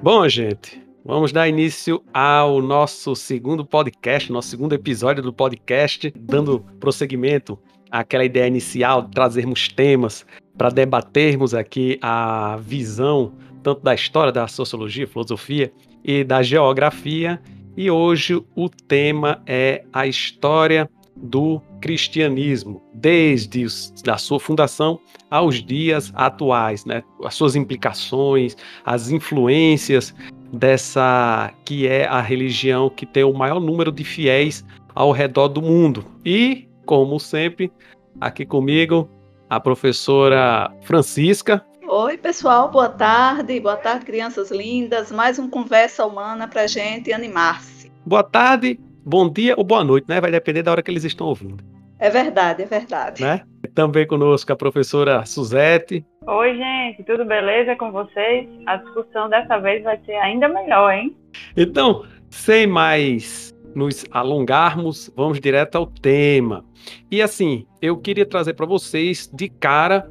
Bom, gente, vamos dar início ao nosso segundo podcast, nosso segundo episódio do podcast, dando prosseguimento àquela ideia inicial de trazermos temas para debatermos aqui a visão tanto da história, da sociologia, filosofia e da geografia. E hoje o tema é a história do cristianismo, desde a sua fundação aos dias atuais, né? As suas implicações, as influências dessa que é a religião que tem o maior número de fiéis ao redor do mundo. E, como sempre, aqui comigo, a professora Francisca. Oi, pessoal, boa tarde, crianças lindas. Mais uma conversa humana para a gente animar-se. Boa tarde, bom dia ou boa noite, né? Vai depender da hora que eles estão ouvindo. É verdade, é verdade. Né? Também conosco a professora Suzete. Oi, gente, tudo beleza com vocês? A discussão dessa vez vai ser ainda melhor, hein? Então, sem mais nos alongarmos, vamos direto ao tema. E assim, eu queria trazer para vocês de cara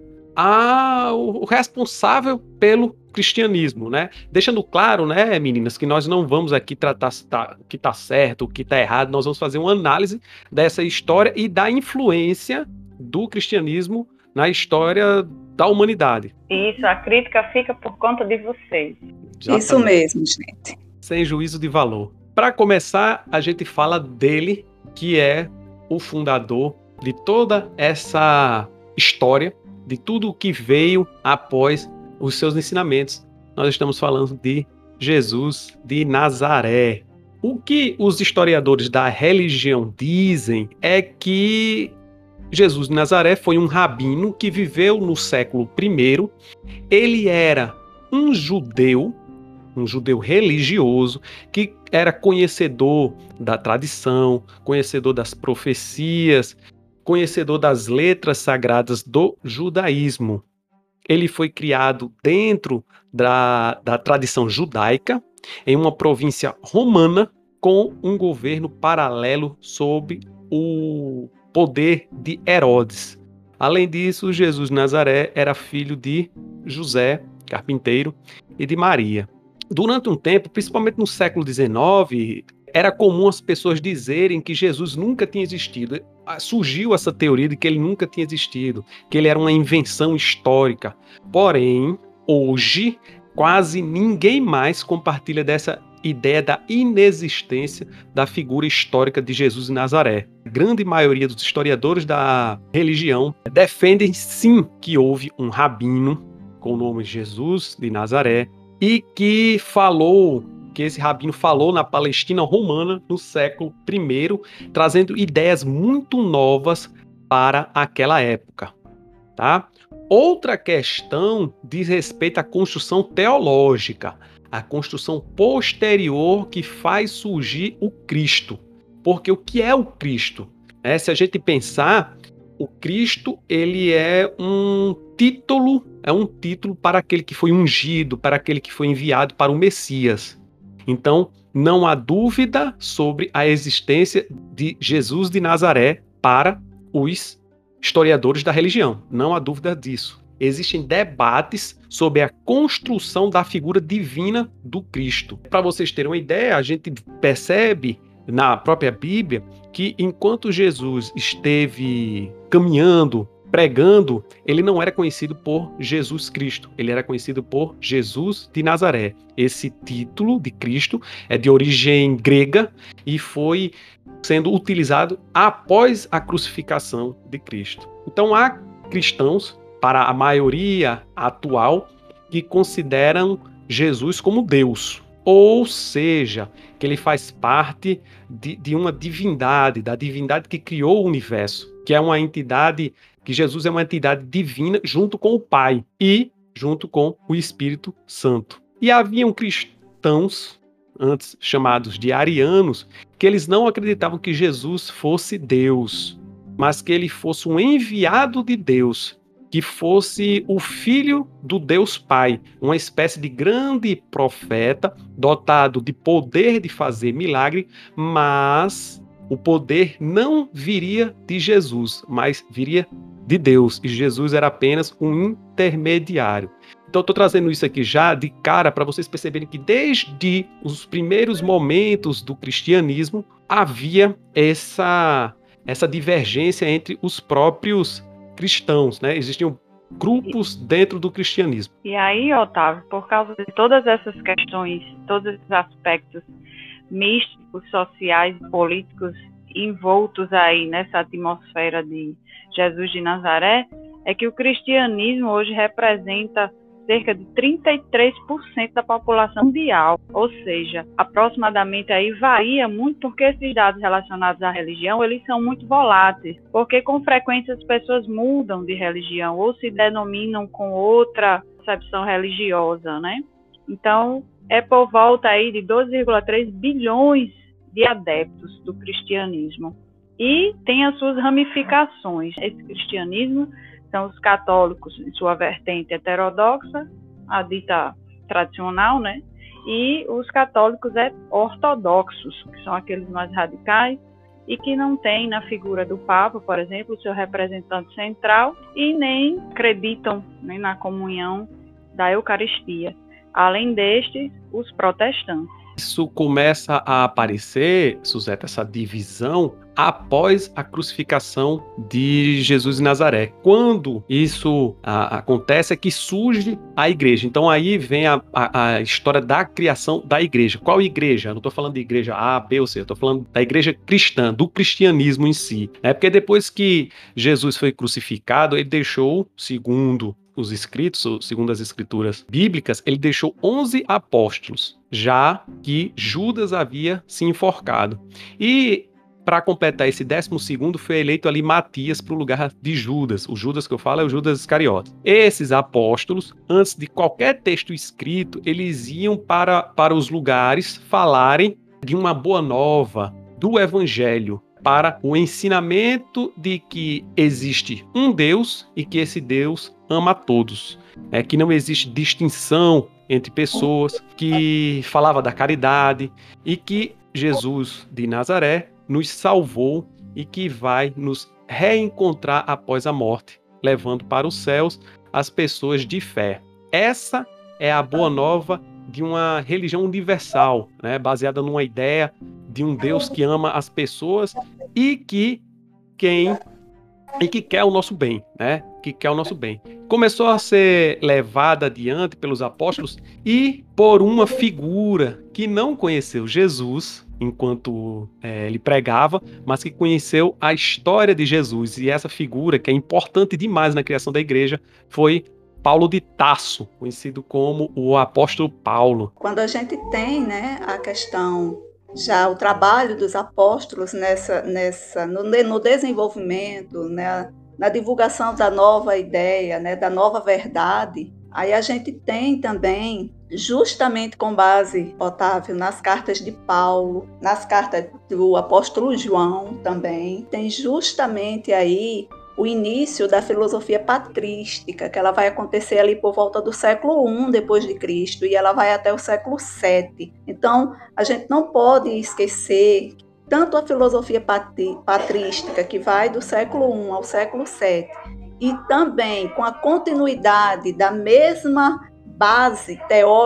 o responsável pelo cristianismo, né? Deixando claro, né, meninas, que nós não vamos aqui tratar o que está certo, o que está errado, nós vamos fazer uma análise dessa história e da influência do cristianismo na história da humanidade. Isso, a crítica fica por conta de vocês. Exatamente. Isso mesmo, gente. Sem juízo de valor. Para começar, a gente fala dele, que é o fundador de toda essa história, de tudo o que veio após os seus ensinamentos. Nós estamos falando de Jesus de Nazaré. O que os historiadores da religião dizem é que Jesus de Nazaré foi um rabino que viveu no século I. Ele era um judeu religioso, que era conhecedor da tradição, conhecedor das profecias, conhecedor das letras sagradas do judaísmo. Ele foi criado dentro da tradição judaica, em uma província romana, com um governo paralelo sob o poder de Herodes. Além disso, Jesus de Nazaré era filho de José, carpinteiro, e de Maria. Durante um tempo, principalmente no século XIX, era comum as pessoas dizerem que Jesus nunca tinha existido. Surgiu essa teoria de que ele nunca tinha existido, que ele era uma invenção histórica. Porém, hoje, quase ninguém mais compartilha dessa ideia da inexistência da figura histórica de Jesus de Nazaré. A grande maioria dos historiadores da religião defendem sim que houve um rabino com o nome Jesus de Nazaré e que esse rabino falou na Palestina romana no século I, trazendo ideias muito novas para aquela época. Tá? Outra questão diz respeito à construção teológica, a construção posterior que faz surgir o Cristo. Porque o que é o Cristo? Se a gente pensar, o Cristo ele é um título para aquele que foi ungido, para aquele que foi enviado para o Messias. Então, não há dúvida sobre a existência de Jesus de Nazaré para os historiadores da religião. Não há dúvida disso. Existem debates sobre a construção da figura divina do Cristo. Para vocês terem uma ideia, a gente percebe na própria Bíblia que enquanto Jesus esteve caminhando, pregando, ele não era conhecido por Jesus Cristo, ele era conhecido por Jesus de Nazaré. Esse título de Cristo é de origem grega e foi sendo utilizado após a crucificação de Cristo. Então há cristãos, para a maioria atual, que consideram Jesus como Deus. Ou seja, que ele faz parte de uma divindade, da divindade que criou o universo, que é uma entidade, que Jesus é uma entidade divina junto com o Pai e junto com o Espírito Santo. E haviam cristãos, antes chamados de arianos, que eles não acreditavam que Jesus fosse Deus, mas que ele fosse um enviado de Deus, que fosse o filho do Deus Pai, uma espécie de grande profeta, dotado de poder de fazer milagre, mas o poder não viria de Jesus, mas viria de Deus, e Jesus era apenas um intermediário. Então, eu estou trazendo isso aqui já de cara para vocês perceberem que desde os primeiros momentos do cristianismo havia essa divergência entre os próprios cristãos, né? Existiam grupos dentro do cristianismo. E aí, Otávio, por causa de todas essas questões, todos esses aspectos místicos, sociais, políticos envoltos aí nessa atmosfera de Jesus de Nazaré, é que o cristianismo hoje representa cerca de 33% da população mundial, ou seja, aproximadamente aí varia muito, porque esses dados relacionados à religião, eles são muito voláteis, porque com frequência as pessoas mudam de religião ou se denominam com outra concepção religiosa, né? Então, é por volta aí de 12,3 bilhões de adeptos do cristianismo. E tem as suas ramificações. Esse cristianismo são os católicos em sua vertente heterodoxa, a dita tradicional, né? E os católicos ortodoxos, que são aqueles mais radicais e que não têm na figura do Papa, por exemplo, o seu representante central, e nem acreditam nem na comunhão da Eucaristia. Além destes, os protestantes. Isso começa a aparecer, Suzeta, essa divisão após a crucificação de Jesus de Nazaré. Quando isso acontece é que surge a igreja. Então aí vem a história da criação da igreja. Qual igreja? Eu não estou falando de igreja A, B ou C, eu estou falando da igreja cristã, do cristianismo em si. Porque depois que Jesus foi crucificado, ele deixou, segundo os escritos, segundo as escrituras bíblicas, ele deixou 11 apóstolos, já que Judas havia se enforcado. E para completar esse 12º, foi eleito ali Matias para o lugar de Judas. O Judas que eu falo é o Judas Iscariotes. Esses apóstolos, antes de qualquer texto escrito, eles iam para os lugares falarem de uma boa nova, do evangelho, para o ensinamento de que existe um Deus e que esse Deus ama a todos. Que não existe distinção entre pessoas, que falava da caridade e que Jesus de Nazaré nos salvou e que vai nos reencontrar após a morte, levando para os céus as pessoas de fé. Essa é a boa nova de uma religião universal, né, baseada numa ideia de um Deus que ama as pessoas e que quer o nosso bem, né? Que quer o nosso bem. Começou a ser levada adiante pelos apóstolos e por uma figura que não conheceu Jesus enquanto ele pregava, mas que conheceu a história de Jesus. E essa figura, que é importante demais na criação da igreja, foi Paulo de Tarso, conhecido como o apóstolo Paulo. Quando a gente tem, né, a questão, já o trabalho dos apóstolos no desenvolvimento, né, na divulgação da nova ideia, né, da nova verdade, aí a gente tem também, justamente com base, Otávio, nas cartas de Paulo, nas cartas do apóstolo João também, tem justamente aí o início da filosofia patrística, que ela vai acontecer ali por volta do século I depois de Cristo e ela vai até o século VII. Então, a gente não pode esquecer tanto a filosofia patrística, que vai do século I ao século VII, e também com a continuidade da mesma base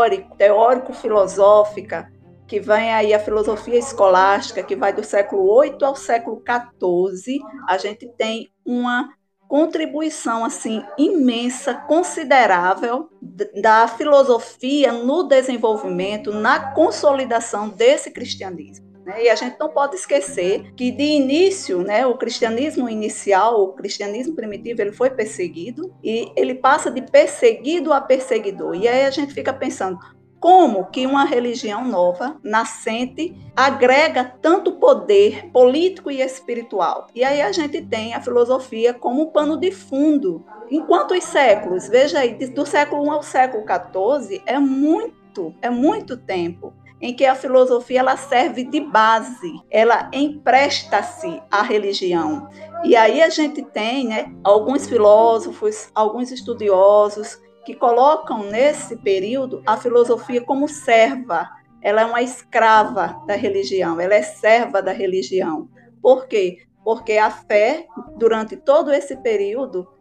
teórico-filosófica, que vem aí a filosofia escolástica, que vai do século VIII ao século XIV, a gente tem uma contribuição assim imensa, considerável da filosofia no desenvolvimento, na consolidação desse cristianismo. E a gente não pode esquecer que, de início, né, o cristianismo inicial, o cristianismo primitivo, ele foi perseguido e ele passa de perseguido a perseguidor. E aí a gente fica pensando, como que uma religião nova, nascente, agrega tanto poder político e espiritual? E aí a gente tem a filosofia como pano de fundo. Em quantos séculos? Veja aí, do século I ao século XIV, é muito tempo em que a filosofia ela serve de base, ela empresta-se à religião. E aí a gente tem, né, alguns filósofos, alguns estudiosos que colocam nesse período a filosofia como serva. Ela é uma escrava da religião, ela é serva da religião. Por quê? Porque a fé, durante todo esse período,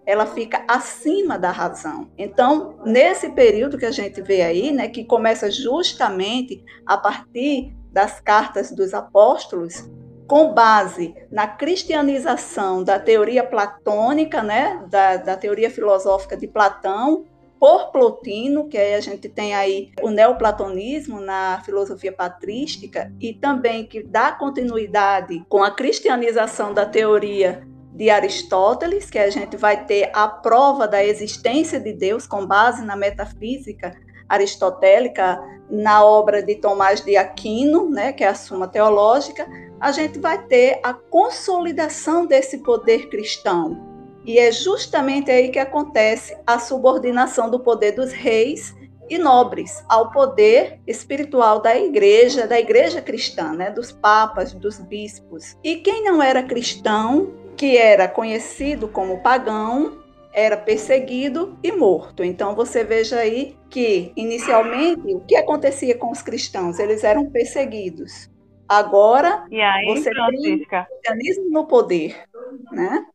ela fica acima da razão. Então, nesse período que a gente vê aí, né, que começa justamente a partir das cartas dos apóstolos, com base na cristianização da teoria platônica, né, da teoria filosófica de Platão, por Plotino, que aí a gente tem aí o neoplatonismo na filosofia patrística, e também que dá continuidade com a cristianização da teoria de Aristóteles, que a gente vai ter a prova da existência de Deus com base na metafísica aristotélica, na obra de Tomás de Aquino, né, que é a Suma Teológica. A gente vai ter a consolidação desse poder cristão. E é justamente aí que acontece a subordinação do poder dos reis e nobres ao poder espiritual da igreja cristã, né, dos papas, dos bispos. E quem não era cristão, que era conhecido como pagão, era perseguido e morto. Então você veja aí que, inicialmente, o que acontecia com os cristãos? Eles eram perseguidos. Agora, você tem o cristianismo no poder, né?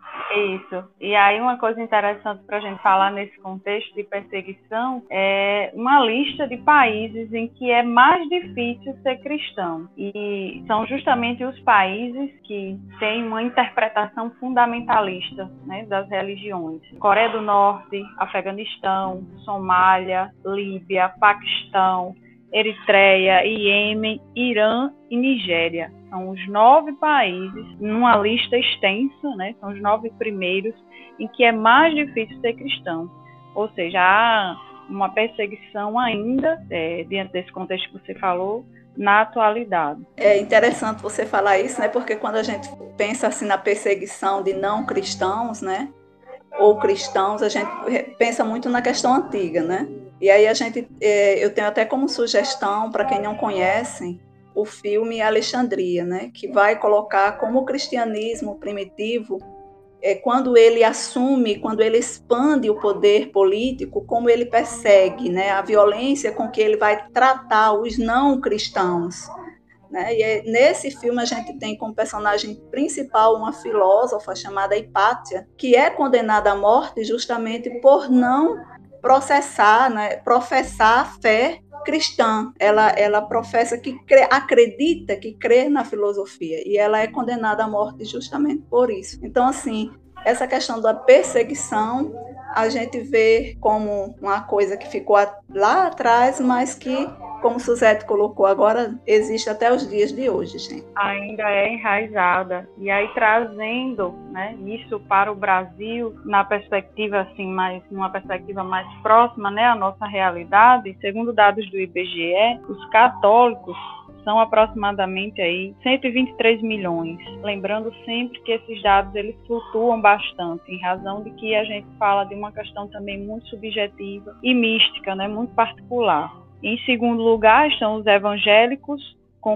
Isso. E aí uma coisa interessante para a gente falar nesse contexto de perseguição é uma lista de países em que é mais difícil ser cristão. E são justamente os países que têm uma interpretação fundamentalista, né, das religiões. Coreia do Norte, Afeganistão, Somália, Líbia, Paquistão, Eritreia, Iêmen, Irã e Nigéria. São os 9 países, numa lista extensa, né? São os 9 primeiros em que é mais difícil ser cristão. Ou seja, há uma perseguição ainda, diante desse contexto que você falou, na atualidade. É interessante você falar isso, né? Porque quando a gente pensa assim na perseguição de não cristãos, né? Ou cristãos, a gente pensa muito na questão antiga, né? E aí eu tenho até como sugestão, para quem não conhece, o filme Alexandria, né? Que vai colocar como o cristianismo primitivo, quando ele assume, quando ele expande o poder político, como ele persegue, né? A violência com que ele vai tratar os não cristãos. Né? E nesse filme a gente tem como personagem principal uma filósofa chamada Hipátia, que é condenada à morte justamente por não professar a fé cristã. Ela professa que acredita, que crê na filosofia, e ela é condenada à morte justamente por isso. Então, assim, essa questão da perseguição a gente vê como uma coisa que ficou lá atrás, mas que, como Suzete colocou, agora existe até os dias de hoje, gente. Ainda é enraizada. E aí trazendo, né, isso para o Brasil, na perspectiva assim, numa perspectiva mais próxima, né, à nossa realidade, segundo dados do IBGE, os católicos são aproximadamente aí 123 milhões. Lembrando sempre que esses dados eles flutuam bastante, em razão de que a gente fala de uma questão também muito subjetiva e mística, né, muito particular. Em segundo lugar estão os evangélicos, com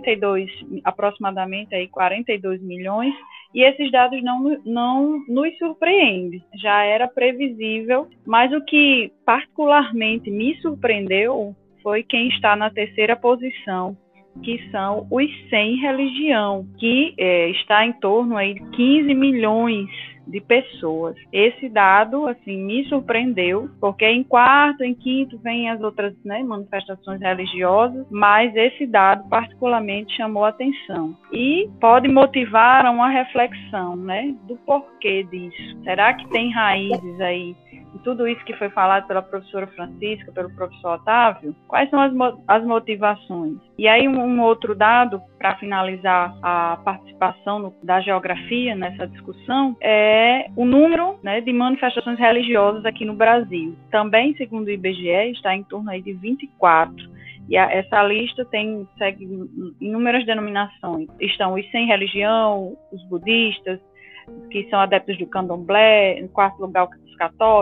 aproximadamente aí 42 milhões, e esses dados não nos surpreendem, já era previsível, mas o que particularmente me surpreendeu foi quem está na terceira posição, que são os sem religião, que está em torno aí de 15 milhões de pessoas. Esse dado, assim, me surpreendeu, porque em quarto, em quinto vem as outras, né, manifestações religiosas, mas esse dado particularmente chamou a atenção. E pode motivar uma reflexão, né, do porquê disso. Será que tem raízes aí em tudo isso que foi falado pela professora Francisca, pelo professor Otávio? Quais são as motivações? E aí um outro dado, para finalizar a participação da geografia nessa discussão, é o número, né, de manifestações religiosas aqui no Brasil. Também, segundo o IBGE, está em torno aí de 24. E essa lista segue inúmeras denominações. Estão os sem religião, os budistas, que são adeptos do candomblé, em quarto lugar os católicos,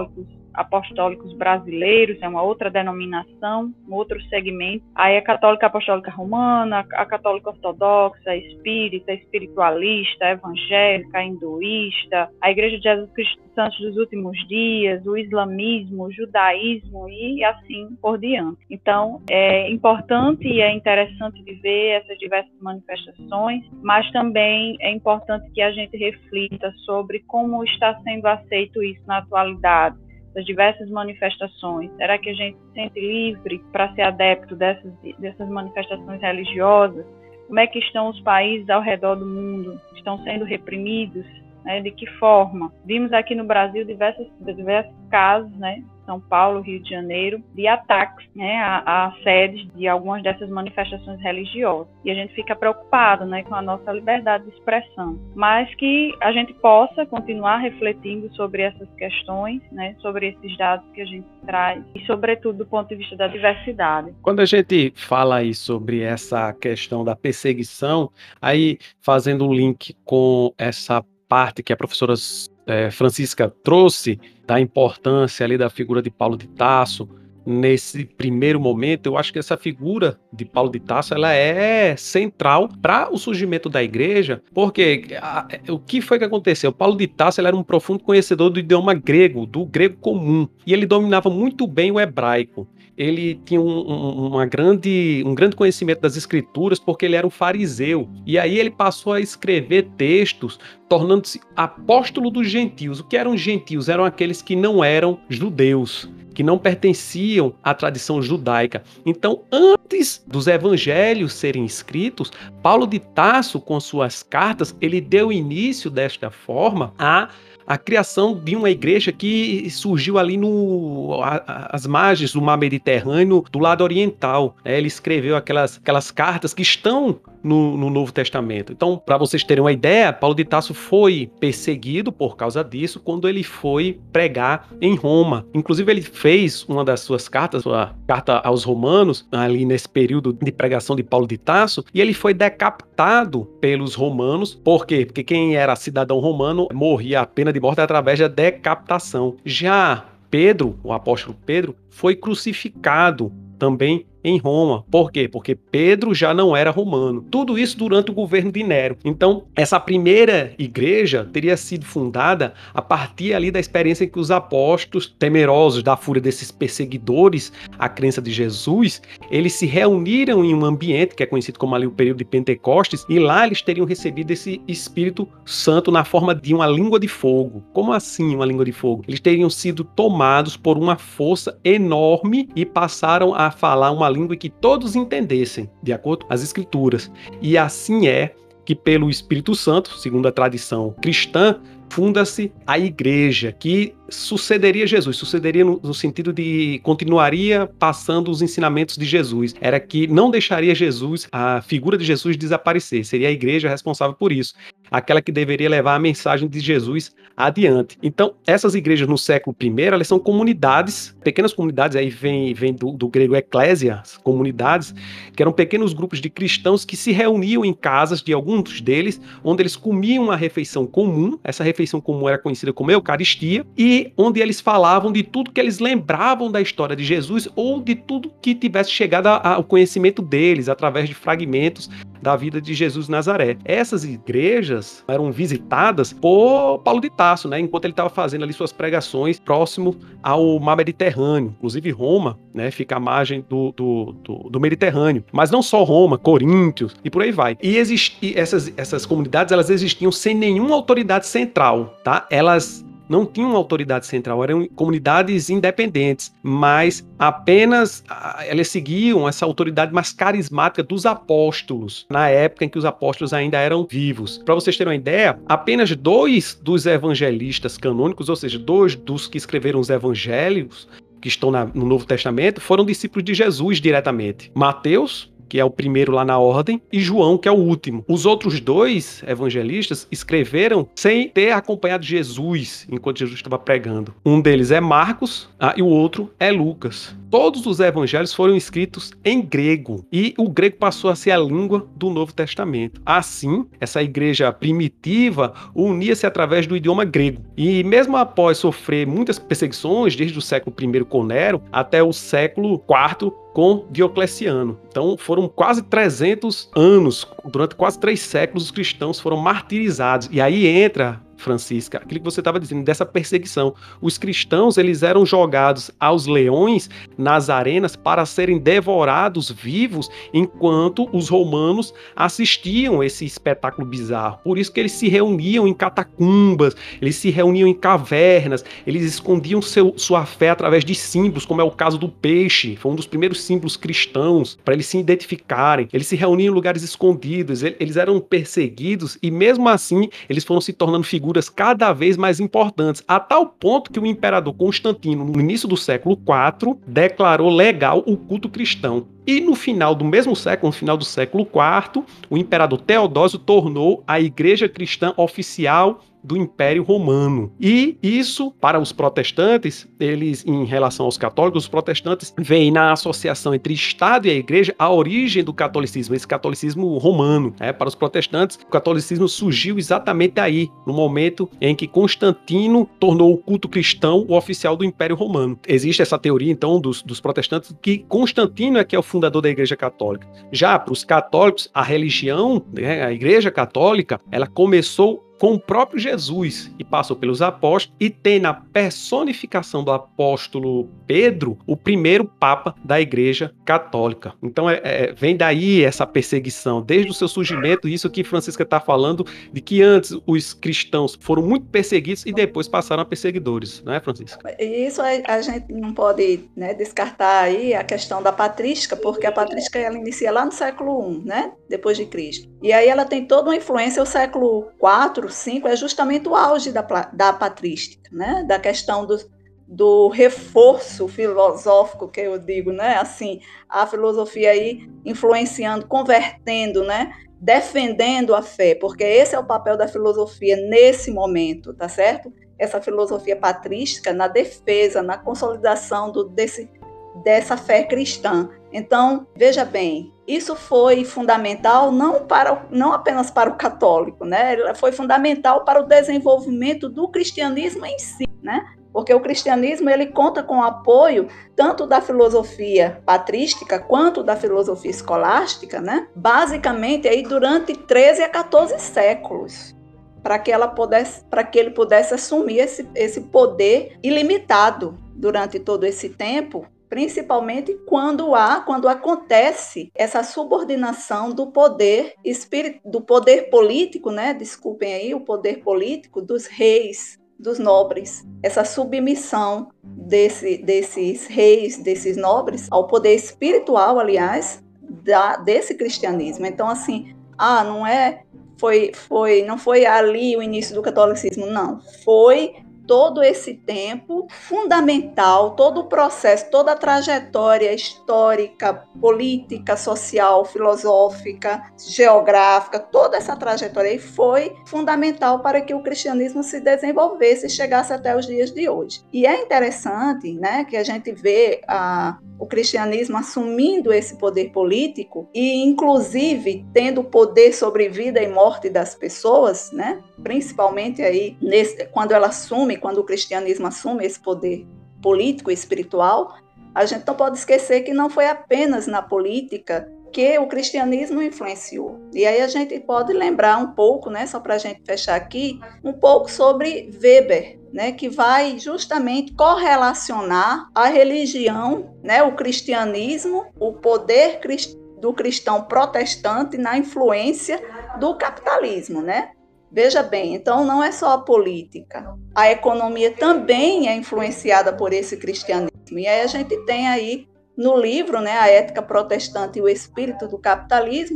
apostólicos brasileiros, é uma outra denominação, um outro segmento. Aí a católica apostólica romana, a católica ortodoxa, espírita, espiritualista, evangélica, hinduísta, a Igreja de Jesus Cristo dos Santos dos Últimos Dias, o islamismo, o judaísmo e assim por diante. Então, é importante e é interessante de ver essas diversas manifestações, mas também é importante que a gente reflita sobre como está sendo aceito isso na atualidade, das diversas manifestações. Será que a gente se sente livre para ser adepto dessas manifestações religiosas? Como é que estão os países ao redor do mundo? Estão sendo reprimidos? Né? De que forma? Vimos aqui no Brasil diversos casos, né? São Paulo, Rio de Janeiro, de ataques, né, a sedes de algumas dessas manifestações religiosas. E a gente fica preocupado, né, com a nossa liberdade de expressão. Mas que a gente possa continuar refletindo sobre essas questões, né, sobre esses dados que a gente traz e, sobretudo, do ponto de vista da diversidade. Quando a gente fala aí sobre essa questão da perseguição, aí fazendo um link com essa parte que a professora Francisca trouxe, da importância ali da figura de Paulo de Tarso, nesse primeiro momento, eu acho que essa figura de Paulo de Tarso, ela é central para o surgimento da igreja, porque o que foi que aconteceu? Paulo de Tarso, ele era um profundo conhecedor do idioma grego, do grego comum, e ele dominava muito bem o hebraico. Ele tinha um grande conhecimento das escrituras, porque ele era um fariseu. E aí ele passou a escrever textos, tornando-se apóstolo dos gentios. O que eram gentios? Eram aqueles que não eram judeus, que não pertenciam à tradição judaica. Então, antes dos evangelhos serem escritos, Paulo de Tarso, com suas cartas, ele deu início desta forma a criação de uma igreja que surgiu ali às margens do mar Mediterrâneo, do lado oriental. Ele escreveu aquelas cartas que estão no Novo Testamento. Então, para vocês terem uma ideia, Paulo de Tarso foi perseguido por causa disso quando ele foi pregar em Roma. Inclusive, ele fez uma das suas cartas, a carta aos Romanos, ali nesse período de pregação de Paulo de Tarso, e ele foi decapitado pelos romanos. Por quê? Porque quem era cidadão romano morria a pena de morte através da decapitação. Já Pedro, o apóstolo Pedro, foi crucificado também em Roma. Por quê? Porque Pedro já não era romano. Tudo isso durante o governo de Nero. Então, essa primeira igreja teria sido fundada a partir ali da experiência em que os apóstolos, temerosos da fúria desses perseguidores à crença de Jesus, eles se reuniram em um ambiente que é conhecido como ali o período de Pentecostes, e lá eles teriam recebido esse Espírito Santo na forma de uma língua de fogo. Como assim uma língua de fogo? Eles teriam sido tomados por uma força enorme e passaram a falar uma língua que todos entendessem, de acordo com as escrituras. E assim é que pelo Espírito Santo, segundo a tradição cristã, funda-se a igreja, que sucederia Jesus, sucederia no sentido de continuaria passando os ensinamentos de Jesus, era que não deixaria Jesus, a figura de Jesus desaparecer, seria a igreja responsável por isso, aquela que deveria levar a mensagem de Jesus adiante. Então, essas igrejas no século I, elas são comunidades, pequenas comunidades, aí vem do grego eclésia, comunidades, que eram pequenos grupos de cristãos que se reuniam em casas de alguns deles, onde eles comiam uma refeição comum. Essa refeição comum era conhecida como Eucaristia, e onde eles falavam de tudo que eles lembravam da história de Jesus ou de tudo que tivesse chegado ao conhecimento deles através de fragmentos da vida de Jesus de Nazaré. Essas igrejas eram visitadas por Paulo de Tarso, né, enquanto ele estava fazendo ali suas pregações próximo ao mar Mediterrâneo. Inclusive Roma, né, fica à margem do Mediterrâneo. Mas não só Roma, Coríntios e por aí vai. E essas comunidades, elas existiam sem nenhuma autoridade central, tá? Elas não tinham autoridade central, eram comunidades independentes, mas apenas elas seguiam essa autoridade mais carismática dos apóstolos, na época em que os apóstolos ainda eram vivos. Para vocês terem uma ideia, apenas 2 dos evangelistas canônicos, ou seja, 2 dos que escreveram os evangelhos, que estão no Novo Testamento, foram discípulos de Jesus diretamente. Mateus, que é o primeiro lá na ordem, e João, que é o último. Os outros 2 evangelistas escreveram sem ter acompanhado Jesus enquanto Jesus estava pregando. Um deles é Marcos, e o outro é Lucas. Todos os evangelhos foram escritos em grego, e o grego passou a ser a língua do Novo Testamento. Assim, essa igreja primitiva unia-se através do idioma grego. E mesmo após sofrer muitas perseguições, desde o século I com Nero até o século IV com Diocleciano. Então foram quase 300 anos, durante quase 3 séculos os cristãos foram martirizados. E aí entra, Francisca, aquilo que você estava dizendo, dessa perseguição. Os cristãos, eles eram jogados aos leões nas arenas para serem devorados vivos, enquanto os romanos assistiam esse espetáculo bizarro. Por isso que eles se reuniam em catacumbas, eles se reuniam em cavernas, eles escondiam sua fé através de símbolos, como é o caso do peixe, foi um dos primeiros símbolos cristãos, para eles se identificarem. Eles se reuniam em lugares escondidos, eles eram perseguidos, e mesmo assim, eles foram se tornando figuras cada vez mais importantes, a tal ponto que o imperador Constantino, no início do século IV, declarou legal o culto cristão. E no final do mesmo século, no final do século IV, o imperador Teodósio tornou a igreja cristã oficial do Império Romano. E isso, para os protestantes, eles, em relação aos católicos, os protestantes veem na associação entre Estado e a igreja a origem do catolicismo, esse catolicismo romano. Para os protestantes, o catolicismo surgiu exatamente aí, no momento em que Constantino tornou o culto cristão o oficial do Império Romano. Existe essa teoria, então, dos protestantes, que Constantino é que é o fundador da Igreja Católica. Já para os católicos, a religião, a Igreja Católica, ela começou com o próprio Jesus e passou pelos apóstolos, e tem na personificação do apóstolo Pedro o primeiro papa da Igreja Católica. Então vem daí essa perseguição, desde o seu surgimento, isso que Francisca está falando, de que antes os cristãos foram muito perseguidos e depois passaram a perseguidores, não é, Francisca? Isso a gente não pode, né, descartar aí a questão da patrística, porque a patrística ela inicia lá no século I, né, depois de Cristo. E aí ela tem toda uma influência, o século IV, V é justamente o auge da patrística, né, da questão do reforço filosófico, que eu digo, né, assim, a filosofia aí influenciando, convertendo, né, defendendo a fé, porque esse é o papel da filosofia nesse momento, tá certo? Essa filosofia patrística na defesa, na consolidação dessa fé cristã. Então, veja bem, isso foi fundamental não apenas para o católico, né? Foi fundamental para o desenvolvimento do cristianismo em si, né? Porque o cristianismo ele conta com o apoio tanto da filosofia patrística quanto da filosofia escolástica, né? Basicamente aí durante 13 a 14 séculos. Para que ele pudesse assumir esse poder ilimitado durante todo esse tempo, principalmente quando acontece essa subordinação do poder político, né? Desculpem aí, o poder político dos reis, dos nobres, essa submissão desses reis, desses nobres ao poder espiritual, aliás, desse cristianismo. Então, assim, não foi ali o início do catolicismo, não. Foi todo esse tempo fundamental, todo o processo, toda a trajetória histórica, política, social, filosófica, geográfica, toda essa trajetória aí foi fundamental para que o cristianismo se desenvolvesse e chegasse até os dias de hoje. E é interessante, né, que a gente vê o cristianismo assumindo esse poder político e, inclusive, tendo poder sobre vida e morte das pessoas, né? Principalmente aí, quando o cristianismo assume esse poder político e espiritual, a gente não pode esquecer que não foi apenas na política que o cristianismo influenciou. E aí a gente pode lembrar um pouco, né, só para a gente fechar aqui, um pouco sobre Weber, né, que vai justamente correlacionar a religião, né, o cristianismo, o poder do cristão protestante na influência do capitalismo, né? Veja bem, então não é só a política, a economia também é influenciada por esse cristianismo. E aí a gente tem aí no livro, né, A Ética Protestante e o Espírito do Capitalismo,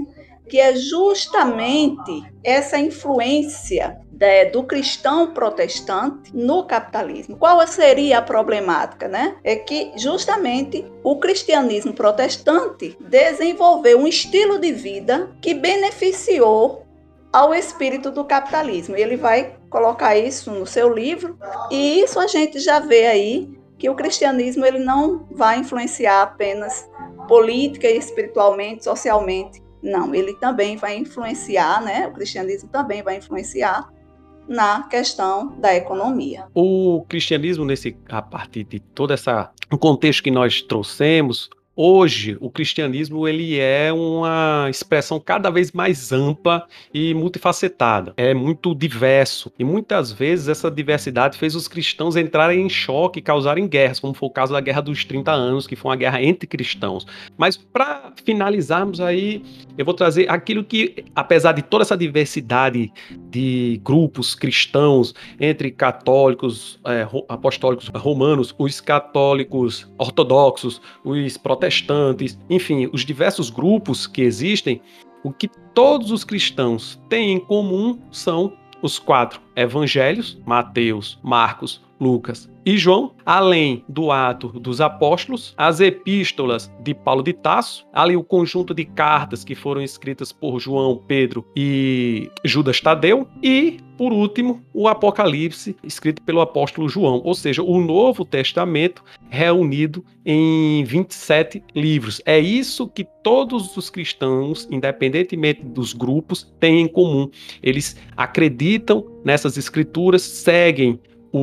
que é justamente essa influência do cristão protestante no capitalismo. Qual seria a problemática, né? É que justamente o cristianismo protestante desenvolveu um estilo de vida que beneficiou ao espírito do capitalismo. Ele vai colocar isso no seu livro, e isso a gente já vê aí, que o cristianismo ele não vai influenciar apenas política e espiritualmente, socialmente. Não, ele também vai influenciar, né? O cristianismo também vai influenciar na questão da economia. O cristianismo, a partir de todo o contexto que nós trouxemos, hoje o cristianismo ele é uma expressão cada vez mais ampla e multifacetada. É muito diverso e muitas vezes essa diversidade fez os cristãos entrarem em choque e causarem guerras, como foi o caso da Guerra dos 30 Anos, que foi uma guerra entre cristãos. Mas para finalizarmos aí, eu vou trazer aquilo que, apesar de toda essa diversidade de grupos cristãos, entre católicos, apostólicos romanos, os católicos ortodoxos, os protestantes, enfim, os diversos grupos que existem, o que todos os cristãos têm em comum são os 4 evangelhos, Mateus, Marcos, Lucas e João, além do Ato dos Apóstolos, as epístolas de Paulo de Tarso, ali o conjunto de cartas que foram escritas por João, Pedro e Judas Tadeu, e, por último, o Apocalipse, escrito pelo apóstolo João, ou seja, o Novo Testamento reunido em 27 livros. É isso que todos os cristãos, independentemente dos grupos, têm em comum. Eles acreditam nessas escrituras, seguem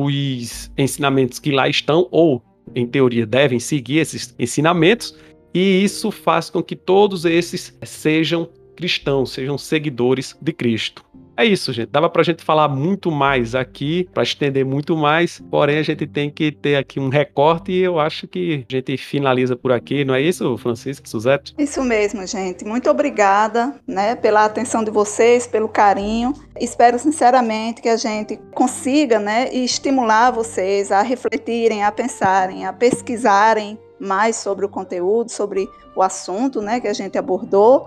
os ensinamentos que lá estão, ou, em teoria, devem seguir esses ensinamentos, e isso faz com que todos esses sejam cristãos, sejam seguidores de Cristo. É isso, gente. Dava pra gente falar muito mais aqui, para estender muito mais, porém a gente tem que ter aqui um recorte e eu acho que a gente finaliza por aqui, não é isso, Francisco, Suzete? Isso mesmo, gente. Muito obrigada, né, pela atenção de vocês, pelo carinho. Espero sinceramente que a gente consiga, né, estimular vocês a refletirem, a pensarem, a pesquisarem mais sobre o conteúdo, sobre o assunto, né, que a gente abordou.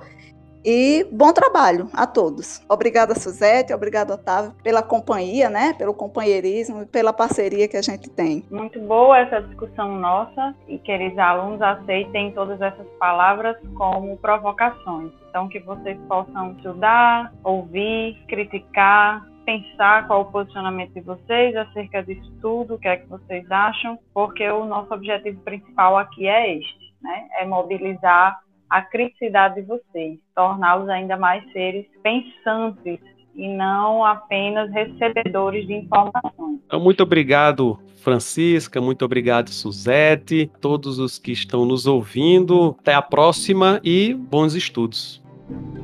E bom trabalho a todos. Obrigada, Suzete, obrigada, Otávio, pela companhia, né, pelo companheirismo e pela parceria que a gente tem. Muito boa essa discussão nossa e, queridos alunos, aceitem todas essas palavras como provocações. Então, que vocês possam estudar, ouvir, criticar, pensar qual o posicionamento de vocês acerca disso tudo, o que é que vocês acham, porque o nosso objetivo principal aqui é este, né, é mobilizar a criticidade de vocês, torná-los ainda mais seres pensantes e não apenas recebedores de informações. Então, muito obrigado, Francisca, muito obrigado, Suzete, todos os que estão nos ouvindo. Até a próxima e bons estudos.